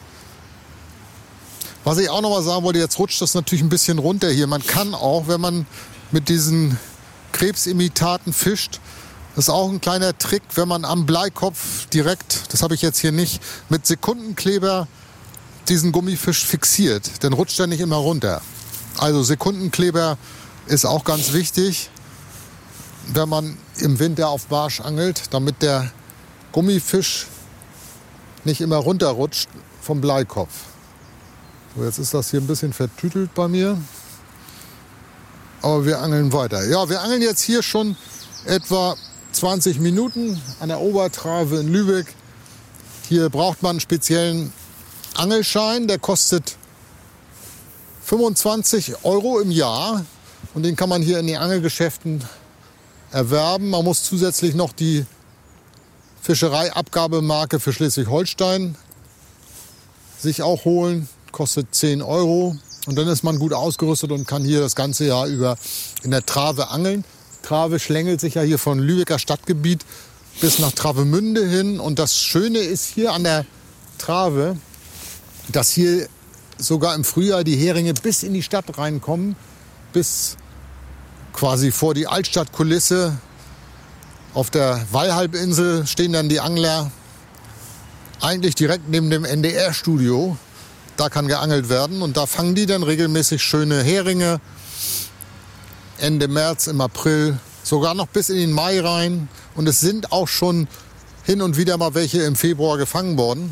Was ich auch noch mal sagen wollte, jetzt rutscht das natürlich ein bisschen runter hier. Man kann auch, wenn man mit diesen Krebsimitaten fischt, das ist auch ein kleiner Trick, wenn man am Bleikopf direkt, das habe ich jetzt hier nicht, mit Sekundenkleber diesen Gummifisch fixiert. Dann rutscht er nicht immer runter. Also Sekundenkleber ist auch ganz wichtig, wenn man im Winter auf Barsch angelt, damit der Gummifisch nicht immer runterrutscht vom Bleikopf. So, jetzt ist das hier ein bisschen vertütelt bei mir. Aber wir angeln weiter. Ja, wir angeln jetzt hier schon etwa zwanzig Minuten an der Obertrave in Lübeck. Hier braucht man einen speziellen Angelschein, der kostet fünfundzwanzig Euro im Jahr und den kann man hier in den Angelgeschäften erwerben. Man muss zusätzlich noch die Fischereiabgabemarke für Schleswig-Holstein sich auch holen, kostet zehn Euro und dann ist man gut ausgerüstet und kann hier das ganze Jahr über in der Trave angeln. Trave schlängelt sich ja hier von Lübecker Stadtgebiet bis nach Travemünde hin. Und das Schöne ist hier an der Trave, dass hier sogar im Frühjahr die Heringe bis in die Stadt reinkommen, bis quasi vor die Altstadtkulisse. Auf der Wallhalbinsel stehen dann die Angler eigentlich direkt neben dem N D R-Studio. Da kann geangelt werden und da fangen die dann regelmäßig schöne Heringe. Ende März, im April, sogar noch bis in den Mai rein. Und es sind auch schon hin und wieder mal welche im Februar gefangen worden.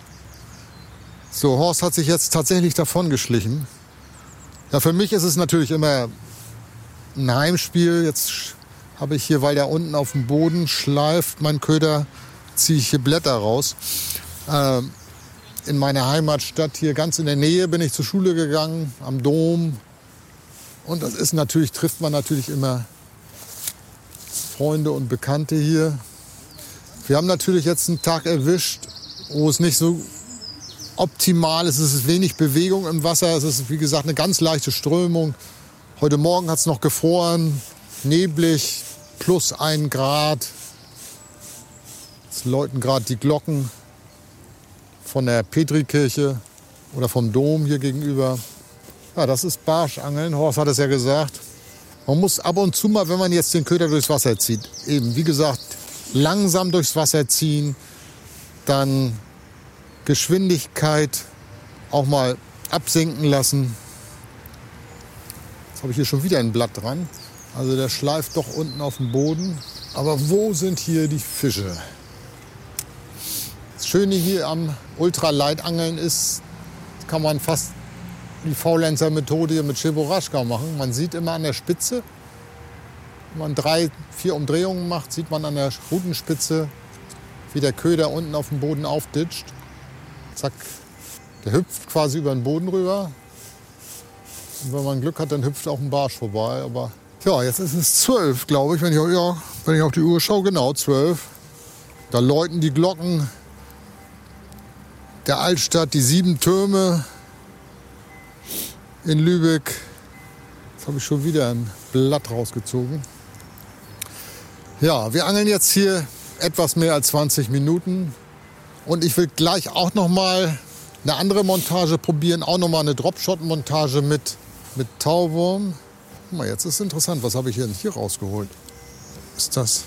So, Horst hat sich jetzt tatsächlich davon geschlichen. Ja, für mich ist es natürlich immer ein Heimspiel. Jetzt habe ich hier, weil der unten auf dem Boden schleift, mein Köder, ziehe ich hier Blätter raus. Ähm, in meiner Heimatstadt hier ganz in der Nähe bin ich zur Schule gegangen, am Dom. Und das ist natürlich, trifft man natürlich immer Freunde und Bekannte hier. Wir haben natürlich jetzt einen Tag erwischt, wo es nicht so optimal ist. Es ist wenig Bewegung im Wasser. Es ist, wie gesagt, eine ganz leichte Strömung. Heute Morgen hat es noch gefroren, neblig, plus ein Grad. Es läuten gerade die Glocken von der Petrikirche oder vom Dom hier gegenüber. Ja, das ist Barschangeln. Horst hat es ja gesagt. Man muss ab und zu mal, wenn man jetzt den Köder durchs Wasser zieht, eben, wie gesagt, langsam durchs Wasser ziehen, dann Geschwindigkeit auch mal absinken lassen. Jetzt habe ich hier schon wieder ein Blatt dran. Also der schleift doch unten auf dem Boden. Aber wo sind hier die Fische? Das Schöne hier am Ultraleitangeln ist, kann man fast die Faulenzer-Methode hier mit Cheboraska machen. Man sieht immer an der Spitze, wenn man drei, vier Umdrehungen macht, sieht man an der Rutenspitze, wie der Köder unten auf dem Boden aufditscht. Zack, der hüpft quasi über den Boden rüber. Und wenn man Glück hat, dann hüpft auch ein Barsch vorbei. Aber ja, jetzt ist es zwölf, glaube ich, wenn ich, ja, wenn ich auf die Uhr schaue. Genau, zwölf. Da läuten die Glocken der Altstadt, die sieben Türme in Lübeck. Jetzt habe ich schon wieder ein Blatt rausgezogen. Ja, wir angeln jetzt hier etwas mehr als zwanzig Minuten. Und ich will gleich auch noch mal eine andere Montage probieren. Auch noch mal eine Dropshot-Montage mit, mit Tauwurm. Guck mal, jetzt ist interessant. Was habe ich hier, hier rausgeholt? Was ist das?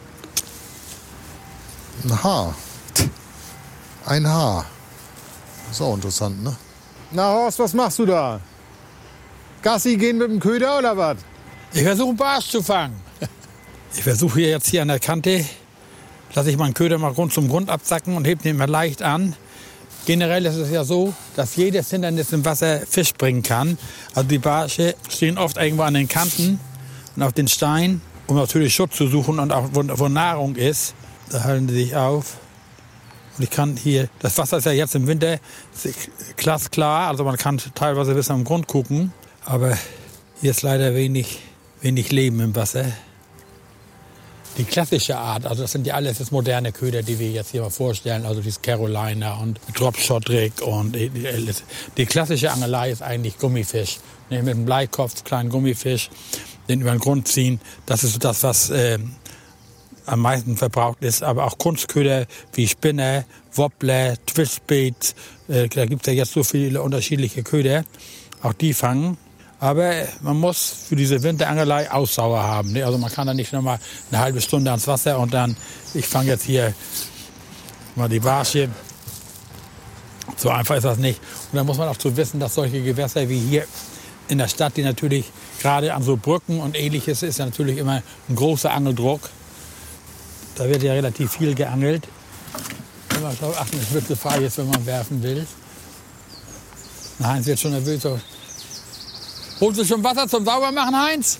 Ein Haar. Ein Haar. Ist auch interessant, ne? Na Horst, was machst du da? Gassi gehen mit dem Köder oder was? Ich versuche einen Barsch zu fangen. Ich versuche jetzt hier an der Kante, lasse ich meinen Köder mal rund zum Grund absacken und hebe den mal leicht an. Generell ist es ja so, dass jedes Hindernis im Wasser Fisch bringen kann. Also die Barsche stehen oft irgendwo an den Kanten und auf den Steinen, um natürlich Schutz zu suchen und auch wo, wo Nahrung ist. Da halten sie sich auf. Und ich kann hier, das Wasser ist ja jetzt im Winter glasklar, also man kann teilweise bis am Grund gucken. Aber hier ist leider wenig, wenig Leben im Wasser. Die klassische Art, also das sind ja alles das moderne Köder, die wir jetzt hier mal vorstellen, also dieses Carolina und Dropshot-Rig und die, die, die klassische Angelei ist eigentlich Gummifisch. Mit einem Bleikopf, kleinen Gummifisch, den über den Grund ziehen, das ist das, was äh, am meisten verbraucht ist. Aber auch Kunstköder wie Spinner, Wobbler, Twistbaits, äh, da gibt es ja jetzt so viele unterschiedliche Köder, auch die fangen. Aber man muss für diese Winterangelei Ausdauer haben. Ne? Also man kann da nicht noch mal eine halbe Stunde ans Wasser und dann, ich fange jetzt hier mal die Barsche. So einfach ist das nicht. Und dann muss man auch so wissen, dass solche Gewässer wie hier in der Stadt, die natürlich gerade an so Brücken und Ähnliches, ist ja natürlich immer ein großer Angeldruck. Da wird ja relativ viel geangelt. Immer drauf achten, es wird Gefahr jetzt, wenn man werfen will. Na, Heinz wird schon nervös. Holst du schon Wasser zum Saubermachen, Heinz?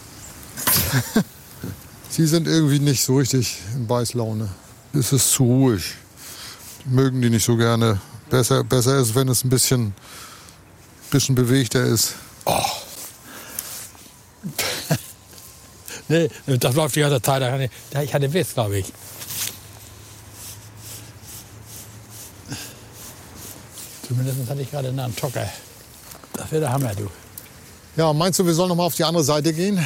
Sie sind irgendwie nicht so richtig in Beißlaune. Es ist zu ruhig. Mögen die nicht so gerne. Besser, besser ist, wenn es ein bisschen, bisschen bewegter ist. Oh. Nee, das läuft die ganze Zeit. Ich hatte Witz, glaube ich. Zumindest hatte ich gerade einen Tocker. Das wäre der Hammer, du. Ja, meinst du, wir sollen noch mal auf die andere Seite gehen?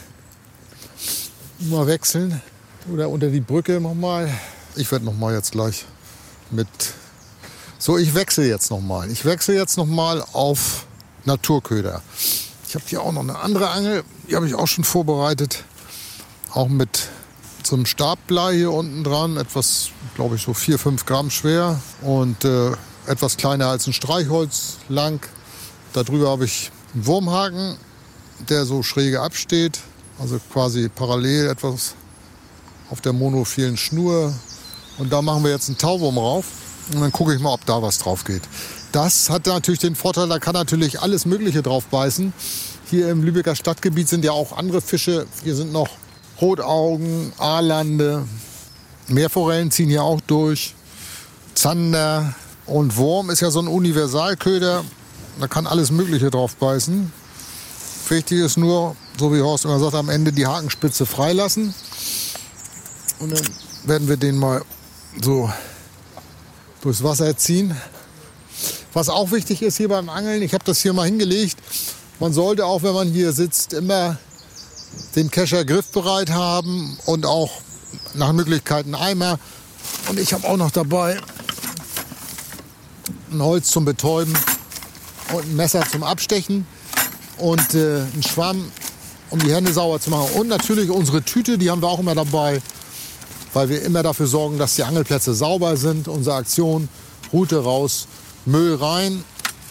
Mal wechseln. Oder unter die Brücke noch mal. Ich werde noch mal jetzt gleich mit... So, ich wechsle jetzt noch mal. Ich wechsle jetzt noch mal auf Naturköder. Ich habe hier auch noch eine andere Angel. Die habe ich auch schon vorbereitet. Auch mit so einem Stabblei hier unten dran. Etwas, glaube ich, so vier, fünf Gramm schwer. Und äh, etwas kleiner als ein Streichholz lang. Darüber habe ich einen Wurmhaken, der so schräge absteht. Also quasi parallel etwas auf der monophilen Schnur. Und da machen wir jetzt einen Tauwurm rauf. Und dann gucke ich mal, ob da was drauf geht. Das hat natürlich den Vorteil, da kann natürlich alles Mögliche drauf beißen. Hier im Lübecker Stadtgebiet sind ja auch andere Fische. Hier sind noch Rotaugen, Aalande, Meerforellen ziehen hier auch durch, Zander und Wurm ist ja so ein Universalköder. Da kann alles Mögliche drauf beißen. Wichtig ist nur, so wie Horst immer sagt, am Ende die Hakenspitze freilassen. Und dann werden wir den mal so durchs Wasser ziehen. Was auch wichtig ist hier beim Angeln, ich habe das hier mal hingelegt, man sollte auch, wenn man hier sitzt, immer den Kescher griffbereit haben und auch nach Möglichkeit einen Eimer. Und ich habe auch noch dabei ein Holz zum Betäuben und ein Messer zum Abstechen und äh, einen Schwamm, um die Hände sauber zu machen. Und natürlich unsere Tüte, die haben wir auch immer dabei, weil wir immer dafür sorgen, dass die Angelplätze sauber sind. Unsere Aktion, Rute raus, Müll rein.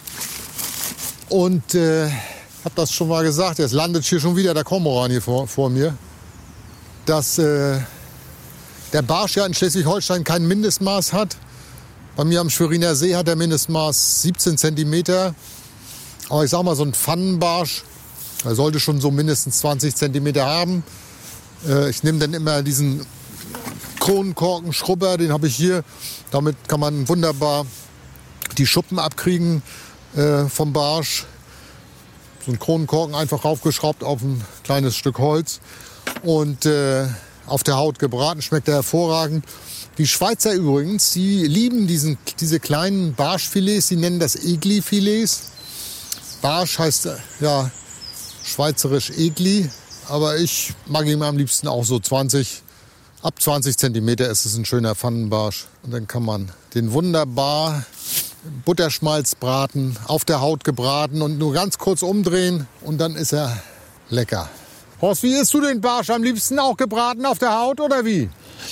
Und äh, habe das schon mal gesagt, jetzt landet hier schon wieder der Kormoran hier vor, vor mir. Dass äh, der Barsch ja in Schleswig-Holstein kein Mindestmaß hat. Bei mir am Schweriner See hat der Mindestmaß siebzehn Zentimeter. Aber ich sag mal, so ein Pfannenbarsch, der sollte schon so mindestens zwanzig Zentimeter haben. Äh, ich nehme dann immer diesen Kronenkorkenschrubber, den habe ich hier. Damit kann man wunderbar die Schuppen abkriegen äh, vom Barsch. So ein Kronenkorken einfach raufgeschraubt auf ein kleines Stück Holz und äh, auf der Haut gebraten, schmeckt er hervorragend. Die Schweizer übrigens, die lieben diesen, diese kleinen Barschfilets, sie nennen das Egli-Filets. Barsch heißt ja schweizerisch Egli, aber ich mag ihn am liebsten auch so zwanzig, ab zwanzig Zentimeter ist es ein schöner Pfannenbarsch. Und dann kann man den wunderbar Butterschmalz braten, auf der Haut gebraten und nur ganz kurz umdrehen und dann ist er lecker. Horst, wie isst du den Barsch am liebsten? Auch gebraten auf der Haut oder wie?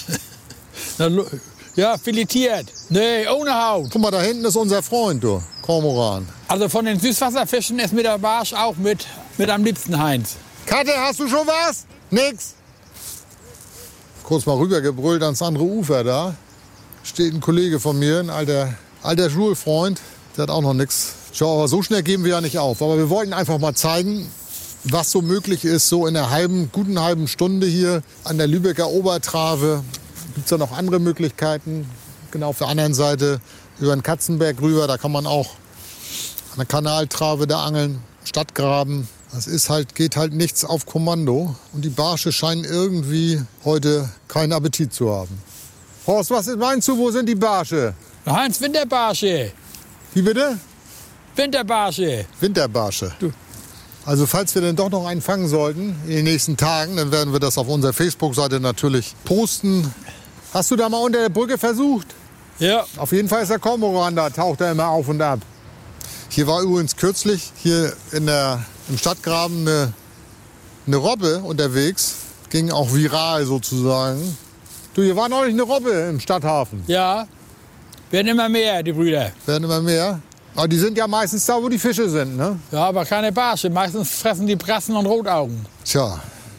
Ja, filetiert. Nee, ohne Haut. Guck mal, da hinten ist unser Freund, du, Kormoran. Also von den Süßwasserfischen ist mir der Barsch auch mit, mit am liebsten, Heinz. Katte, hast du schon was? Nix. Kurz mal rübergebrüllt ans andere Ufer da. Steht ein Kollege von mir, ein alter, alter Schulfreund. Der hat auch noch nichts. Schau, aber so schnell geben wir ja nicht auf. Aber wir wollten einfach mal zeigen, was so möglich ist, so in einer halben, guten halben Stunde hier an der Lübecker Obertrave. Gibt es da noch andere Möglichkeiten? Genau auf der anderen Seite über den Katzenberg rüber. Da kann man auch an der Kanaltrave da angeln, Stadtgraben. Das ist halt, geht halt nichts auf Kommando. Und die Barsche scheinen irgendwie heute keinen Appetit zu haben. Horst, was meinst du, wo sind die Barsche? Heinz, Winterbarsche. Wie bitte? Winterbarsche. Winterbarsche. Du. Also falls wir denn doch noch einen fangen sollten in den nächsten Tagen, dann werden wir das auf unserer Facebook-Seite natürlich posten. Hast du da mal unter der Brücke versucht? Ja. Auf jeden Fall ist der Kormoran da, taucht er immer auf und ab. Hier war übrigens kürzlich hier in der, im Stadtgraben eine, eine Robbe unterwegs. Ging auch viral sozusagen. Du, hier war neulich eine Robbe im Stadthafen. Ja, werden immer mehr, die Brüder. Werden immer mehr. Aber die sind ja meistens da, wo die Fische sind, ne? Ja, aber keine Barsche. Meistens fressen die Brassen und Rotaugen. Tja,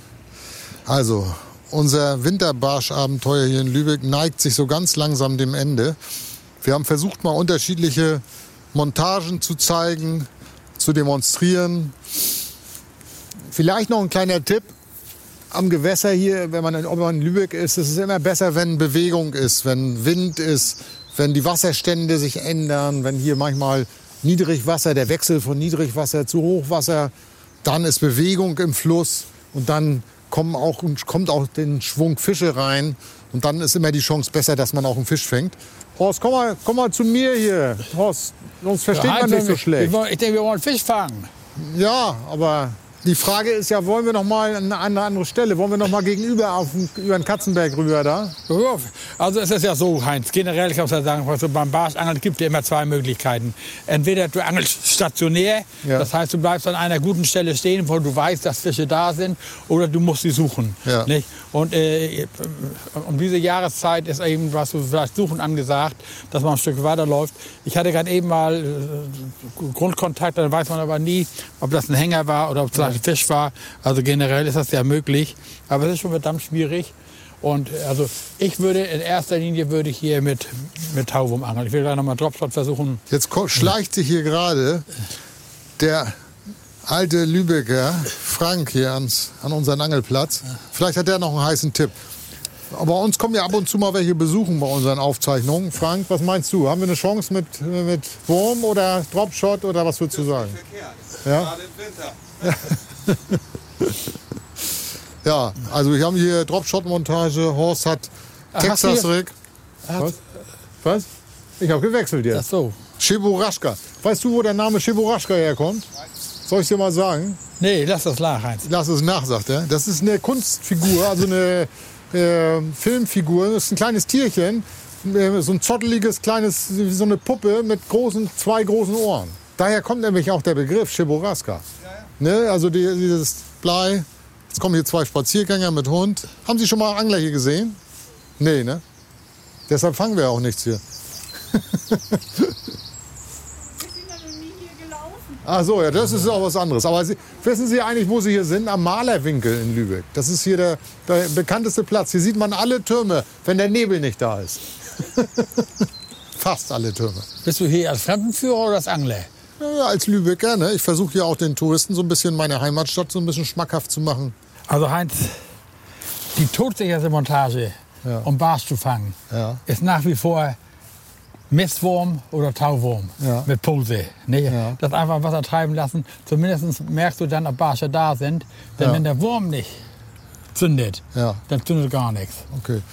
also unser Winterbarschabenteuer hier in Lübeck neigt sich so ganz langsam dem Ende. Wir haben versucht, mal unterschiedliche Montagen zu zeigen, zu demonstrieren. Vielleicht noch ein kleiner Tipp. Am Gewässer hier, wenn man in, ob man in Lübeck ist, ist es immer besser, wenn Bewegung ist, wenn Wind ist, wenn die Wasserstände sich ändern, wenn hier manchmal Niedrigwasser, der Wechsel von Niedrigwasser zu Hochwasser, dann ist Bewegung im Fluss und dann kommen auch, kommt auch den Schwung Fische rein und dann ist immer die Chance besser, dass man auch einen Fisch fängt. Horst, komm mal, komm mal zu mir hier. Horst, sonst versteht Ja, man nicht so schlecht. Ich denke, wir wollen Fisch fangen. Ja, aber die Frage ist ja, wollen wir noch mal an eine andere Stelle? Wollen wir noch mal gegenüber auf den, über den Katzenberg rüber da? Also es ist ja so, Heinz, generell kann ich ja sagen, also beim Barschangeln gibt es immer zwei Möglichkeiten. Entweder du angelst stationär, Ja. das heißt, du bleibst an einer guten Stelle stehen, wo du weißt, dass Fische da sind, oder du musst sie suchen. Ja. Nicht? Und äh, um diese Jahreszeit ist eben, was du vielleicht suchen angesagt, dass man ein Stück weiterläuft. Ich hatte gerade eben mal äh, Grundkontakt, dann weiß man aber nie, ob das ein Hänger war oder ob es ein Fisch war. Also generell ist das ja möglich, aber es ist schon verdammt schwierig. Und also ich würde in erster Linie würde ich hier mit, mit Taubum angeln. Ich will gleich nochmal Dropshot versuchen. Jetzt ko- schleicht sich hier gerade der alte Lübecker Frank hier ans, an unseren Angelplatz. Vielleicht hat der noch einen heißen Tipp. Aber uns kommen ja ab und zu mal welche besuchen bei unseren Aufzeichnungen. Frank, was meinst du? Haben wir eine Chance mit, mit Wurm oder Dropshot oder was würdest du sagen? Ja? Gerade im Winter. Ja, also wir haben hier Dropshot-Montage. Horst hat Ach, Texas hast du Rig. Was? Was? Ich habe gewechselt Ach jetzt. so. Cheburashka. Weißt du, wo der Name Cheburashka herkommt? Soll ich dir mal sagen? Nee, lass das nach, Heinz. Lass es nach, sagt er. Das ist eine Kunstfigur, also eine äh, Filmfigur. Das ist ein kleines Tierchen, äh, so ein zotteliges, kleines, wie so eine Puppe mit großen, zwei großen Ohren. Daher kommt nämlich auch der Begriff Cheburashka. Ne? Also die, dieses Blei. Jetzt kommen hier zwei Spaziergänger mit Hund. Haben Sie schon mal Angler hier gesehen? Nee, ne? Deshalb fangen wir auch nichts hier. Ach so, ja, das ist auch was anderes. Aber Sie, wissen Sie eigentlich, wo Sie hier sind? Am Malerwinkel in Lübeck. Das ist hier der, der bekannteste Platz. Hier sieht man alle Türme, wenn der Nebel nicht da ist. Fast alle Türme. Bist du hier als Fremdenführer oder als Angler? Ja, als Lübecker, ne? Ich versuche hier auch den Touristen so ein bisschen meine Heimatstadt so ein bisschen schmackhaft zu machen. Also Heinz, die todsicherste Montage Ja. um Barsch zu fangen, Ja. ist nach wie vor Mistwurm oder Tauwurm Ja. mit Pose. Ne? Ja. Das einfach im Wasser treiben lassen. Zumindest merkst du dann, ob Barsche da sind. Denn Ja. wenn der Wurm nicht zündet, Ja. dann zündet gar nichts. Okay.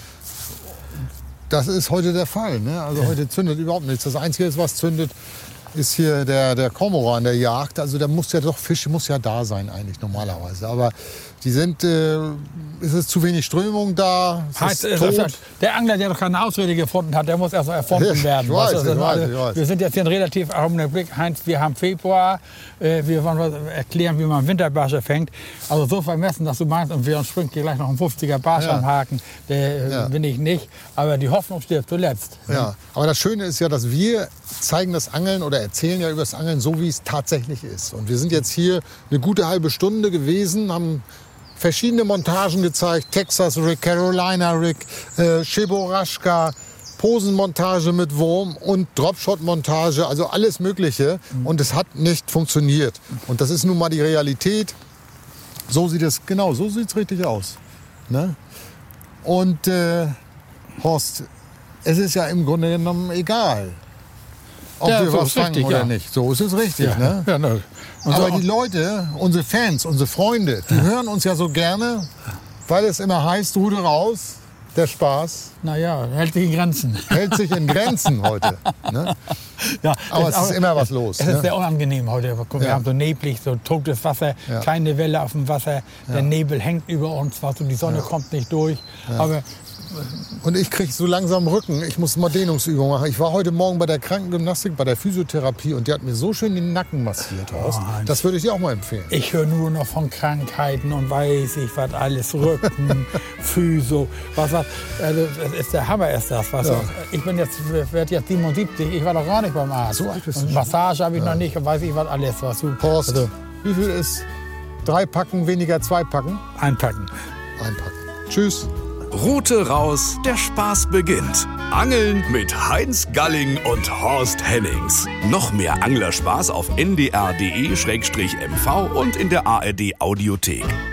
Das ist heute der Fall. Ne? Also heute zündet überhaupt nichts. Das Einzige, was zündet, ist hier der, der Kormoran, der jagt. Also da muss ja doch, Fisch muss ja da sein eigentlich normalerweise. Aber die sind, äh, es ist zu wenig Strömung da, es Heißt, ist äh, tot. der Angler, der noch keine Ausrede gefunden hat, der muss erst noch erfunden Ich werden. weiß, Weißt du, ich weiß, also, ich weiß. Wir sind jetzt hier in relativ Augenblick, Heinz, wir haben Februar, äh, wir wollen was erklären, wie man Winterbarsche fängt. Also so vermessen, dass du meinst, und wir uns springt hier gleich noch ein fünfziger Barsch Ja. am Haken, der äh, Ja. bin ich nicht. Aber die Hoffnung stirbt zuletzt. Ja, aber das Schöne ist ja, dass wir zeigen das Angeln oder erzählen ja über das Angeln so, wie es tatsächlich ist. Und wir sind jetzt hier eine gute halbe Stunde gewesen, haben verschiedene Montagen gezeigt. Texas Rig, Carolina Rig, äh, Cheburashka, Posenmontage mit Wurm und Dropshot-Montage, also alles Mögliche. Und es hat nicht funktioniert. Und das ist nun mal die Realität. So sieht es, genau, so sieht es richtig aus. Ne? Und äh, Horst, es ist ja im Grunde genommen egal, ob Ja, wir so was ist fangen richtig, oder ja. nicht. So ist es richtig. Ja, Ne? ja, ne. Und Aber so- die Leute, unsere Fans, unsere Freunde, die hören uns ja so gerne, weil es immer heißt, Rute raus, der Spaß Naja, hält sich in Grenzen. hält sich in Grenzen heute. Ne? Ja, Aber es ist immer was los, Es ne? ist sehr unangenehm heute. Guck, wir Ja. haben so neblig, so totes Wasser, Ja. kleine Welle auf dem Wasser. Der Nebel hängt über uns, weißt du, die Sonne kommt nicht durch. Aber Und ich kriege so langsam Rücken. Ich muss mal Dehnungsübungen machen. Ich war heute Morgen bei der Krankengymnastik, bei der Physiotherapie und die hat mir so schön den Nacken massiert. Horst. Das würde ich dir auch mal empfehlen. ich höre nur noch von Krankheiten und weiß ich was alles. Rücken, Physio, was was. Also, das ist der Hammer ist das. Was Ja. Ich bin jetzt, werde jetzt siebenundsiebzig, ich war noch gar nicht beim Arzt. So alt bist du Und schon. Massage habe ich noch nicht und weiß ich was alles. Was du, Horst, also, wie viel ist drei Packen weniger zwei Packen? einpacken. Einpacken. Tschüss. Rute raus, der Spaß beginnt. Angeln mit Heinz Galling und Horst Hennings. Noch mehr Anglerspaß auf n d r punkt d e slash m v und in der A R D Audiothek.